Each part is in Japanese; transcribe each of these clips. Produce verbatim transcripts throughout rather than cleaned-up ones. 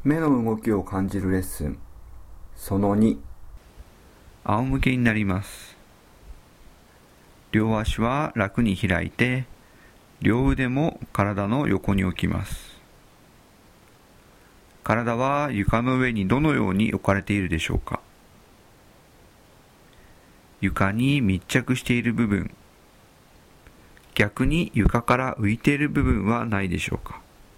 目の動きを感じるレッスンそのに。 仰向けになります。両足は楽に開いて、両腕も体の横に置きます。体は床の上にどのように置かれているでしょうか。床に密着している部分、逆に床から浮いている部分はないでしょうか。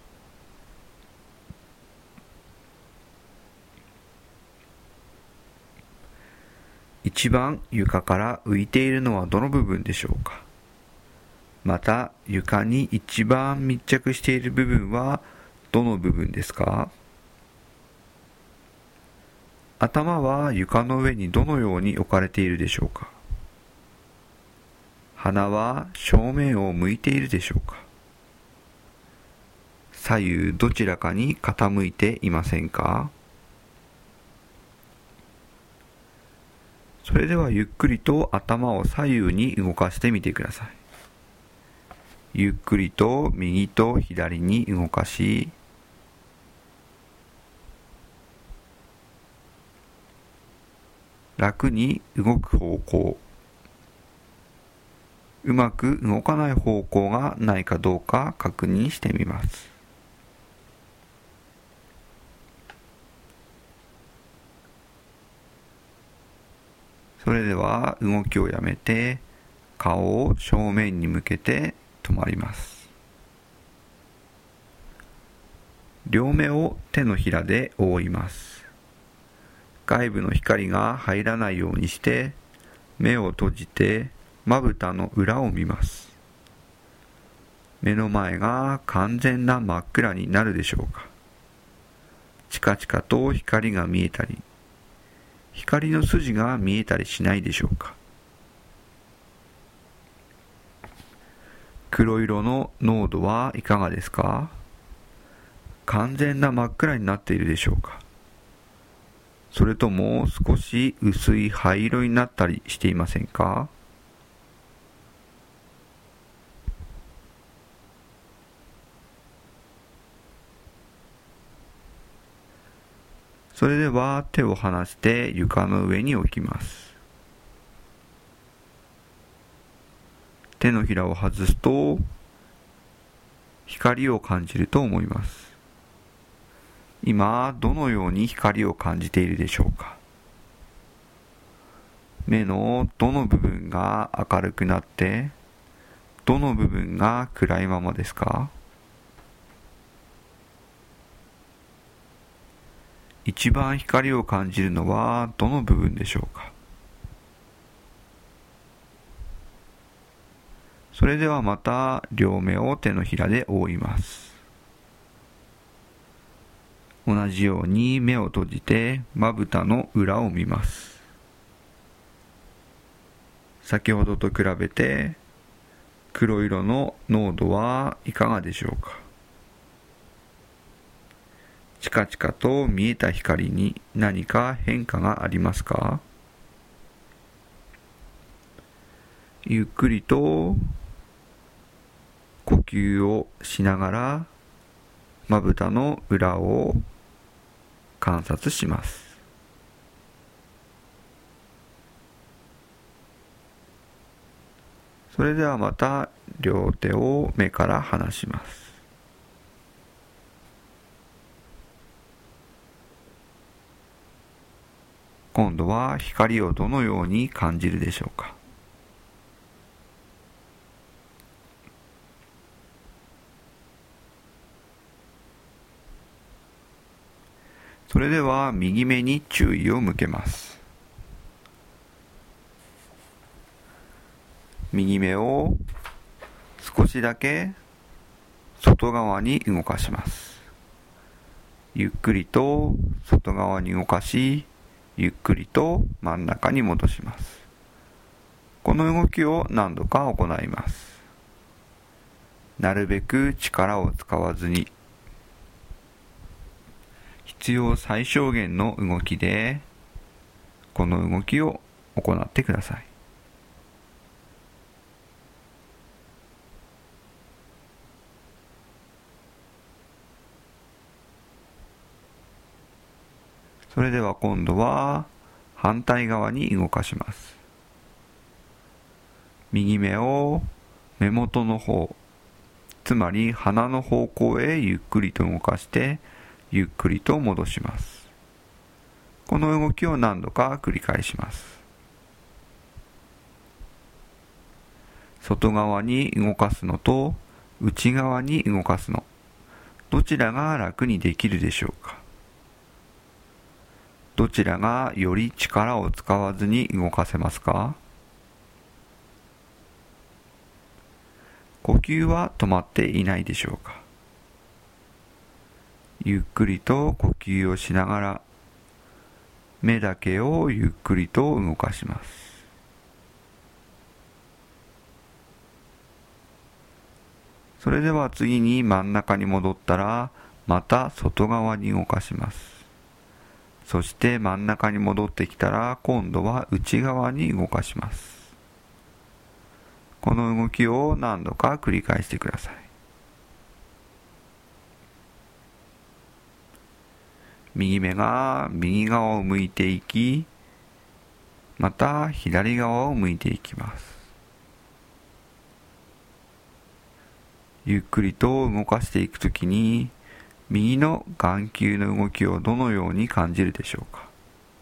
一番床から浮いているのはどの部分でしょうか。また床に一番密着している部分はどの部分ですか。頭は床の上にどのように置かれているでしょうか。鼻は正面を向いているでしょうか。左右どちらかに傾いていませんか。それではゆっくりと頭を左右に動かしてみてください。ゆっくりと右と左に動かし、楽に動く方向、うまく動かない方向がないかどうか確認してみます。それでは動きをやめて、顔を正面に向けて止まります。両目を手のひらで覆います。外部の光が入らないようにして、目を閉じてまぶたの裏を見ます。目の前が完全な真っ暗になるでしょうか。チカチカと光が見えたり、光の筋が見えたりしないでしょうか。黒色の濃度はいかがですか。完全な真っ暗になっているでしょうか。それとも少し薄い灰色になったりしていませんか。それでは手を離して床の上に置きます。手のひらを外すと光を感じると思います。今どのように光を感じているでしょうか。目のどの部分が明るくなってどの部分が暗いままですか。一番光を感じるのはどの部分でしょうか。それではまた両目を手のひらで覆います。同じように目を閉じてまぶたの裏を見ます。先ほどと比べて黒色の濃度はいかがでしょうか。チカチカと見えた光に何か変化がありますか。ゆっくりと呼吸をしながらまぶたの裏を観察します。それではまた両手を目から離します。今度は光をどのように感じるでしょうか。それでは右目に注意を向けます。右目を少しだけ外側に動かします。ゆっくりと外側に動かし、ゆっくりと真ん中に戻します。この動きを何度か行います。なるべく力を使わずに、必要最小限の動きで、この動きを行ってください。 それでは今度は反対側に動かします。右目を目元の方、つまり鼻の方向へゆっくりと動かしてゆっくりと戻します。この動きを何度か繰り返します。外側に動かすのと内側に動かすの、どちらが楽にできるでしょうか。どちらがより力を使わずに動かせますか。呼吸は止まっていないでしょうか。ゆっくりと呼吸をしながら目だけをゆっくりと動かします。それでは次に真ん中に戻ったらまた外側に動かします。そして真ん中に戻ってきたら今度は内側に動かします。この動きを何度か繰り返してください。右目が右側を向いていき、また左側を向いていきます。ゆっくりと動かしていくときに、右の眼球の動きをどのように感じるでしょうか。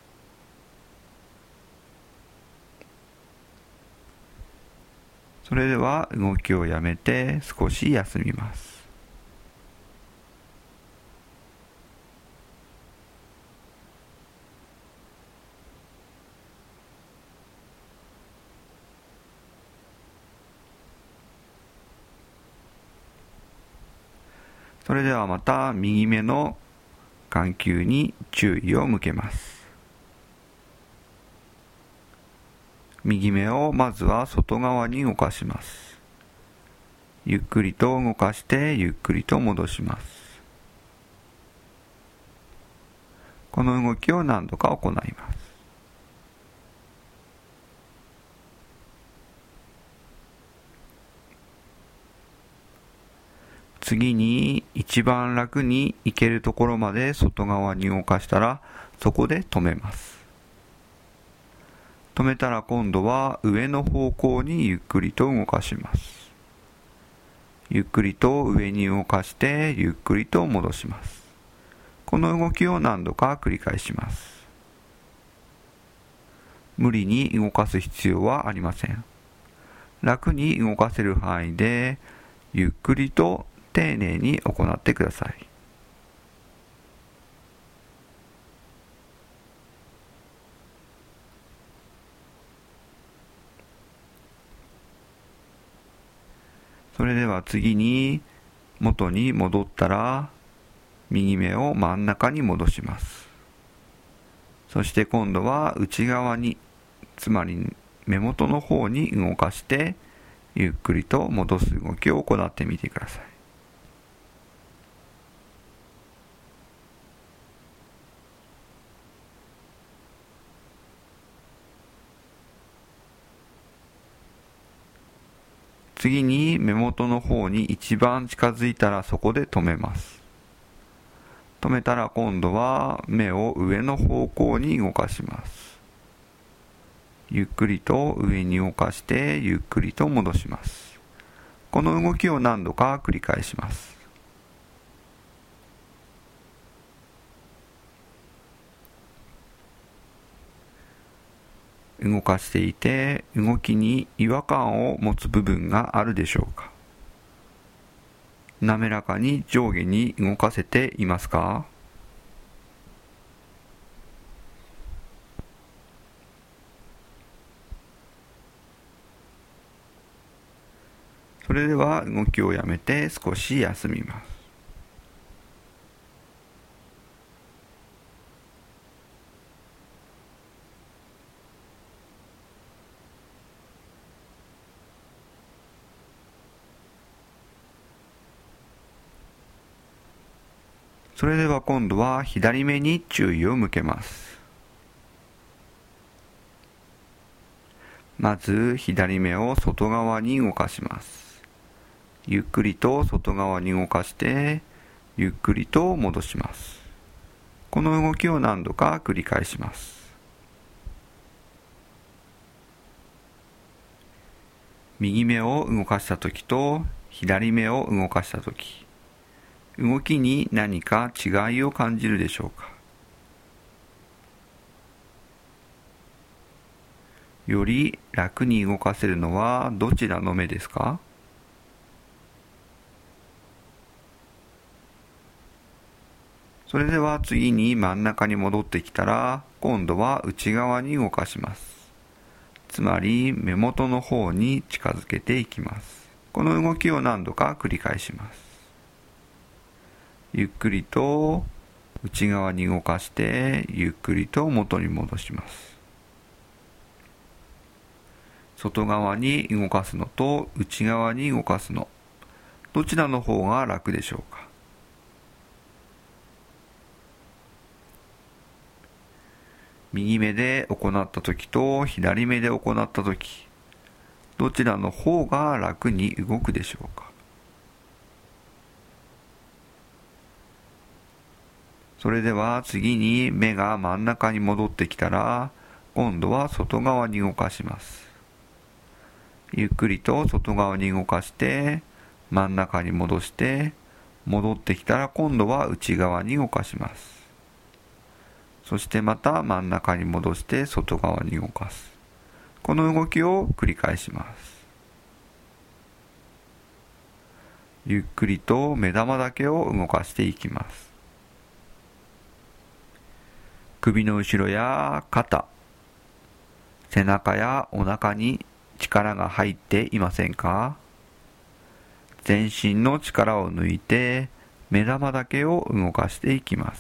それでは動きをやめて少し休みます。それではまた右目の眼球に注意を向けます。右目をまずは外側に動かします。ゆっくりと動かしてゆっくりと戻します。この動きを何度か行います。次に一番楽に行けるところまで外側に動かしたらそこで止めます。止めたら今度は上の方向にゆっくりと動かします。ゆっくりと上に動かしてゆっくりと戻します。この動きを何度か繰り返します。無理に動かす必要はありません。楽に動かせる範囲でゆっくりと丁寧に行ってください。それでは次に元に戻ったら右目を真ん中に戻します。そして今度は内側に、つまり目元の方に動かしてゆっくりと戻す動きを行ってみてください。次に目元の方に一番近づいたらそこで止めます。止めたら今度は目を上の方向に動かします。ゆっくりと上に動かしてゆっくりと戻します。この動きを何度か繰り返します。動かしていて動きに違和感を持つ部分があるでしょうか。滑らかに上下に動かせていますか。それでは動きをやめて少し休みます。それでは今度は左目に注意を向けます。まず左目を外側に動かします。ゆっくりと外側に動かしてゆっくりと戻します。この動きを何度か繰り返します。右目を動かしたときと左目を動かしたとき、動きに何か違いを感じるでしょうか。より楽に動かせるのはどちらの目ですか？それでは次に真ん中に戻ってきたら、今度は内側に動かします。つまり目元の方に近づけていきます。この動きを何度か繰り返します。ゆっくりと内側に動かして、ゆっくりと元に戻します。外側に動かすのと内側に動かすの、どちらの方が楽でしょうか。右目で行ったときと左目で行ったとき、どちらの方が楽に動くでしょうか。それでは次に目が真ん中に戻ってきたら、今度は外側に動かします。ゆっくりと外側に動かして、真ん中に戻して、戻ってきたら今度は内側に動かします。そしてまた真ん中に戻して外側に動かす。この動きを繰り返します。ゆっくりと目玉だけを動かしていきます。首の後ろや肩、背中やお腹に力が入っていませんか？全身の力を抜いて目玉だけを動かしていきます。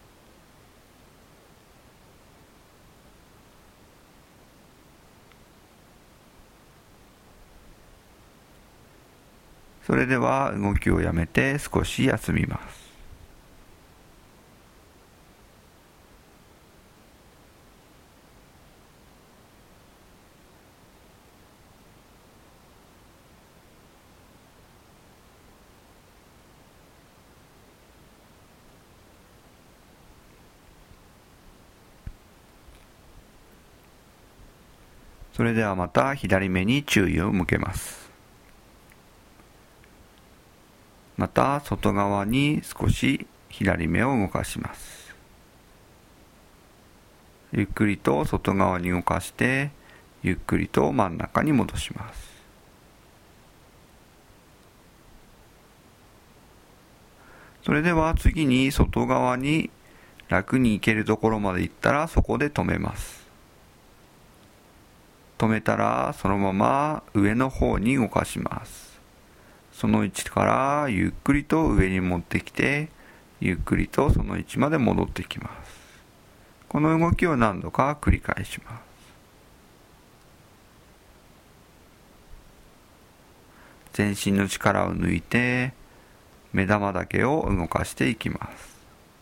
それでは動きをやめて少し休みます。それではまた左目に注意を向けます。また外側に少し左目を動かします。ゆっくりと外側に動かして、ゆっくりと真ん中に戻します。それでは次に外側に楽に行けるところまで行ったらそこで止めます。止めたらそのまま上の方に動かします。その位置からゆっくりと上に持ってきて、ゆっくりとその位置まで戻ってきます。この動きを何度か繰り返します。全身の力を抜いて、目玉だけを動かしていきます。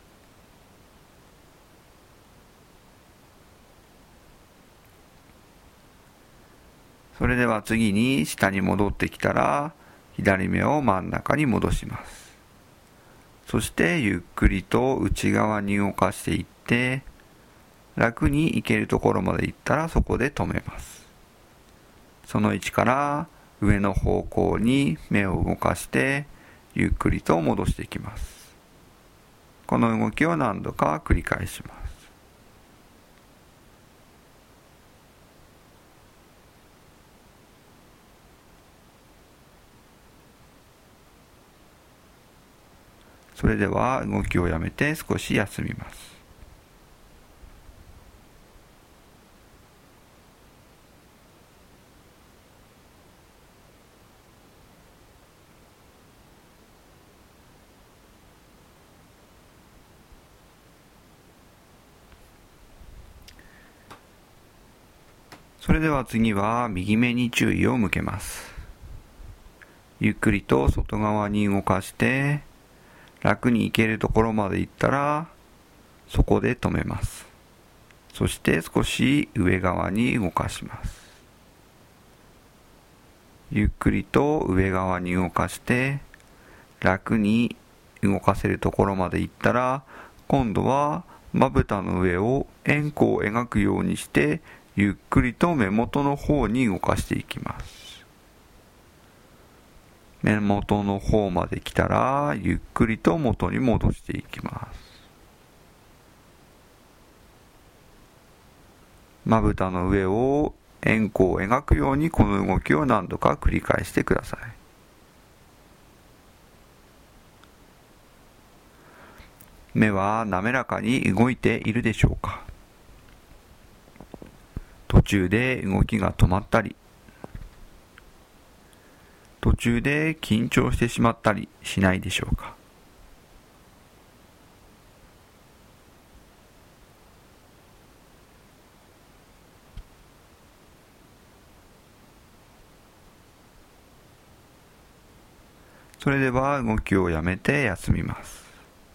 それでは次に下に戻ってきたら、左目を真ん中に戻します。そしてゆっくりと内側に動かしていって、楽に行けるところまで行ったらそこで止めます。その位置から上の方向に目を動かして、ゆっくりと戻していきます。この動きを何度か繰り返します。それでは動きをやめて少し休みます。それでは次は右目に注意を向けます。ゆっくりと外側に動かして、楽に行けるところまで行ったら、そこで止めます。そして少し上側に動かします。ゆっくりと上側に動かして、楽に動かせるところまで行ったら、 今度はまぶたの上を円弧を描くようにしてゆっくりと目元の方に動かしていきます。目元の方まで来たらゆっくりと元に戻していきます。まぶたの上を円弧を描くようにこの動きを何度か繰り返してください。目は滑らかに動いているでしょうか。途中で動きが止まったり、途中で緊張してしまったりしないでしょうか。それでは動きをやめて休みます。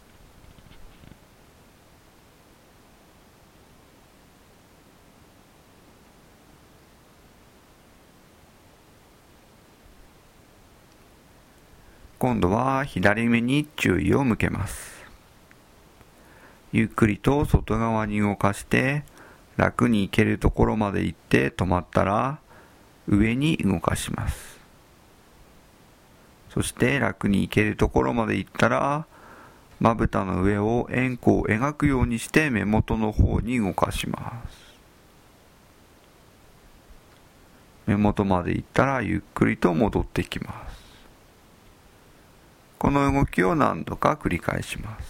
今度は左目に注意を向けます。ゆっくりと外側に動かして楽に行けるところまで行って止まったら上に動かします。そして楽に行けるところまで行ったらまぶたの上を円弧を描くようにして目元の方に動かします。目元まで行ったらゆっくりと戻ってきます。この動きを何度か繰り返します。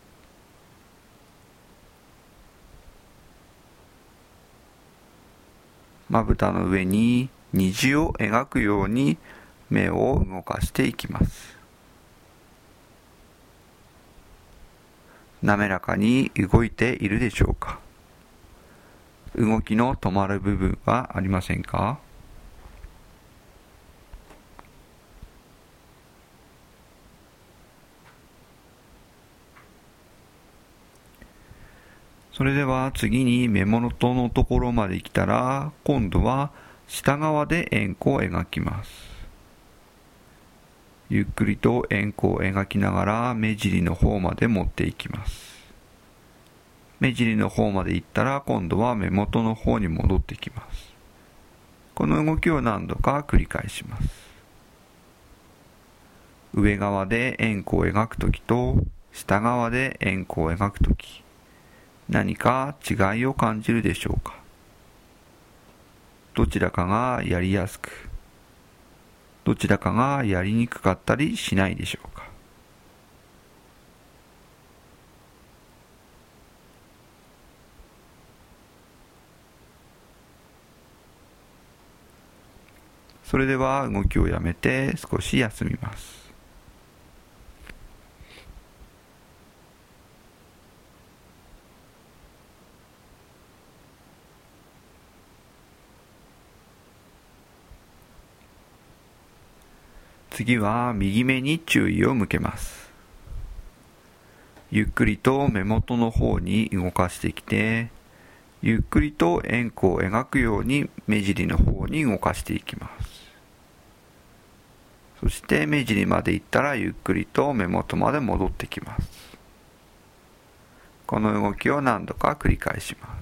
まぶたの上に虹を描くように目を動かしていきます。滑らかに動いているでしょうか。動きの止まる部分はありませんか。それでは次に目元のところまで来たら今度は下側で円弧を描きます。ゆっくりと円弧を描きながら目尻の方まで持っていきます。目尻の方まで行ったら今度は目元の方に戻ってきます。この動きを何度か繰り返します。上側で円弧を描くときと下側で円弧を描くとき、何か違いを感じるでしょうか。どちらかがやりやすく、どちらかがやりにくかったりしないでしょうか。それでは動きをやめて少し休みます。次は右目に注意を向けます。ゆっくりと目元の方に動かしてきて、ゆっくりと円弧を描くように目尻の方に動かしていきます。そして目尻まで行ったらゆっくりと目元まで戻ってきます。この動きを何度か繰り返します。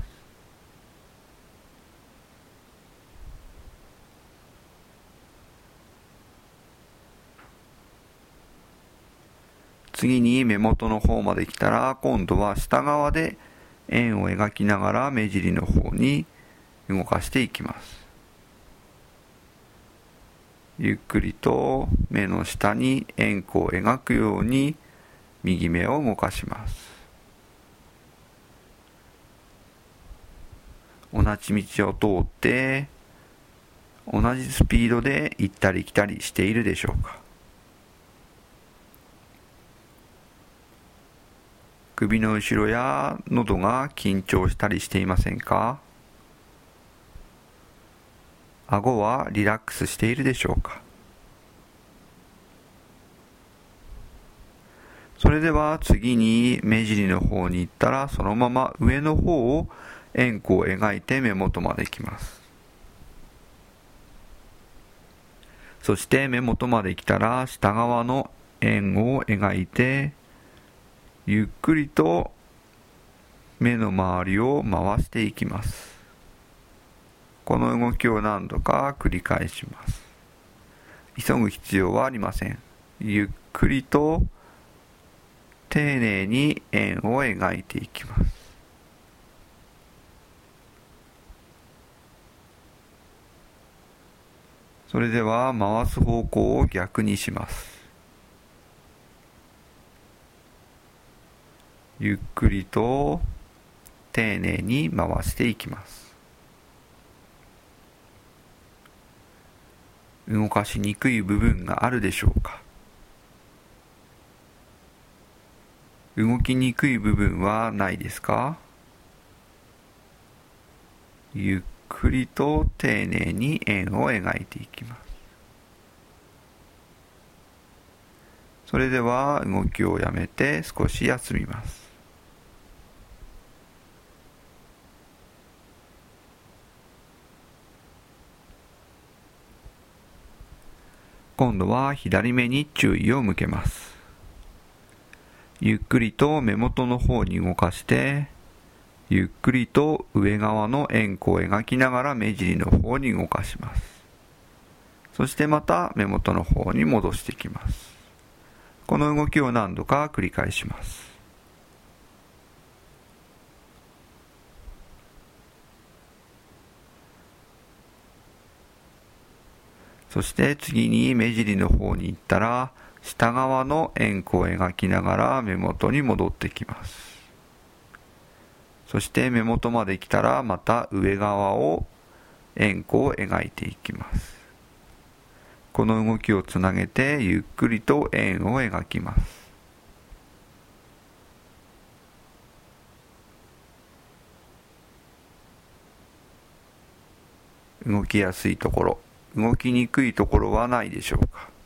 次に目元の方まで来たら今度は下側で円を描きながら目尻の方に動かしていきます。ゆっくりと目の下に円弧を描くように右目を動かします。同じ道を通って同じスピードで行ったり来たりしているでしょうか。首の後ろや喉が緊張したりしていませんか。顎はリラックスしているでしょうか。それでは次に目尻の方に行ったらそのまま上の方を円弧を描いて目元まで来ます。そして目元まで来たら下側の円を描いてゆっくりと目の周りを回していきます。この動きを何度か繰り返します。急ぐ必要はありません。ゆっくりと丁寧に円を描いていきます。それでは回す方向を逆にします。ゆっくりと丁寧に回していきます。動かしにくい部分があるでしょうか。動きにくい部分はないですか。ゆっくりと丁寧に円を描いていきます。それでは動きをやめて少し休みます。今度は左目に注意を向けます。ゆっくりと目元の方に動かして、ゆっくりと上側の円弧を描きながら目尻の方に動かします。そしてまた目元の方に戻していきます。この動きを何度か繰り返します。そして次に目尻の方に行ったら、下側の円弧を描きながら目元に戻ってきます。そして目元まで来たらまた上側を円弧を描いていきます。この動きをつなげてゆっくりと円を描きます。動きやすいところ、動きにくいところはないでしょうか。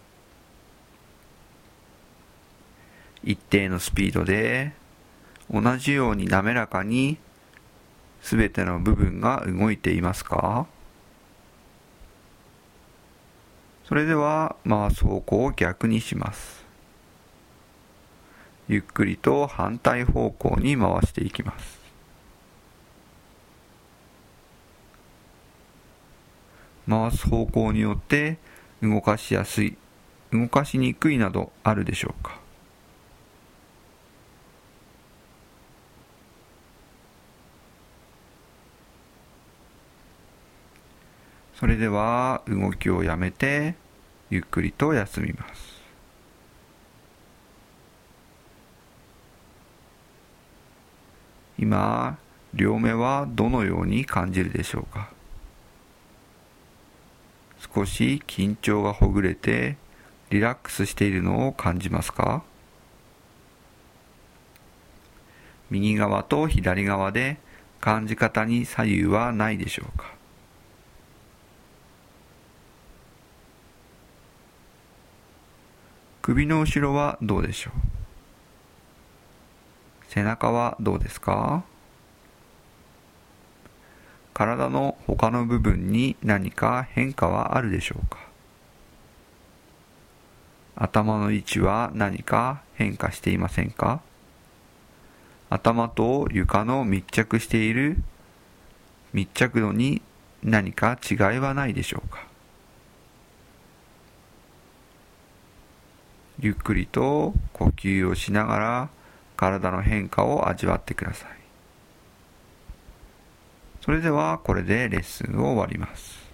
一定のスピードで同じように滑らかにすべての部分が動いていますか。それでは回す方向を逆にします。ゆっくりと反対方向に回していきます。回す方向によって動かしやすい、動かしにくいなどあるでしょうか。それでは動きをやめてゆっくりと休みます。今、両目はどのように感じるでしょうか。少し緊張がほぐれてリラックスしているのを感じますか。右側と左側で感じ方に左右はないでしょうか。首の後ろはどうでしょう。背中はどうですか。体の他の部分に何か変化はあるでしょうか。頭の位置は何か変化していませんか。頭と床の密着している密着度に何か違いはないでしょうか。ゆっくりと呼吸をしながら体の変化を味わってください。それではこれでレッスンを終わります。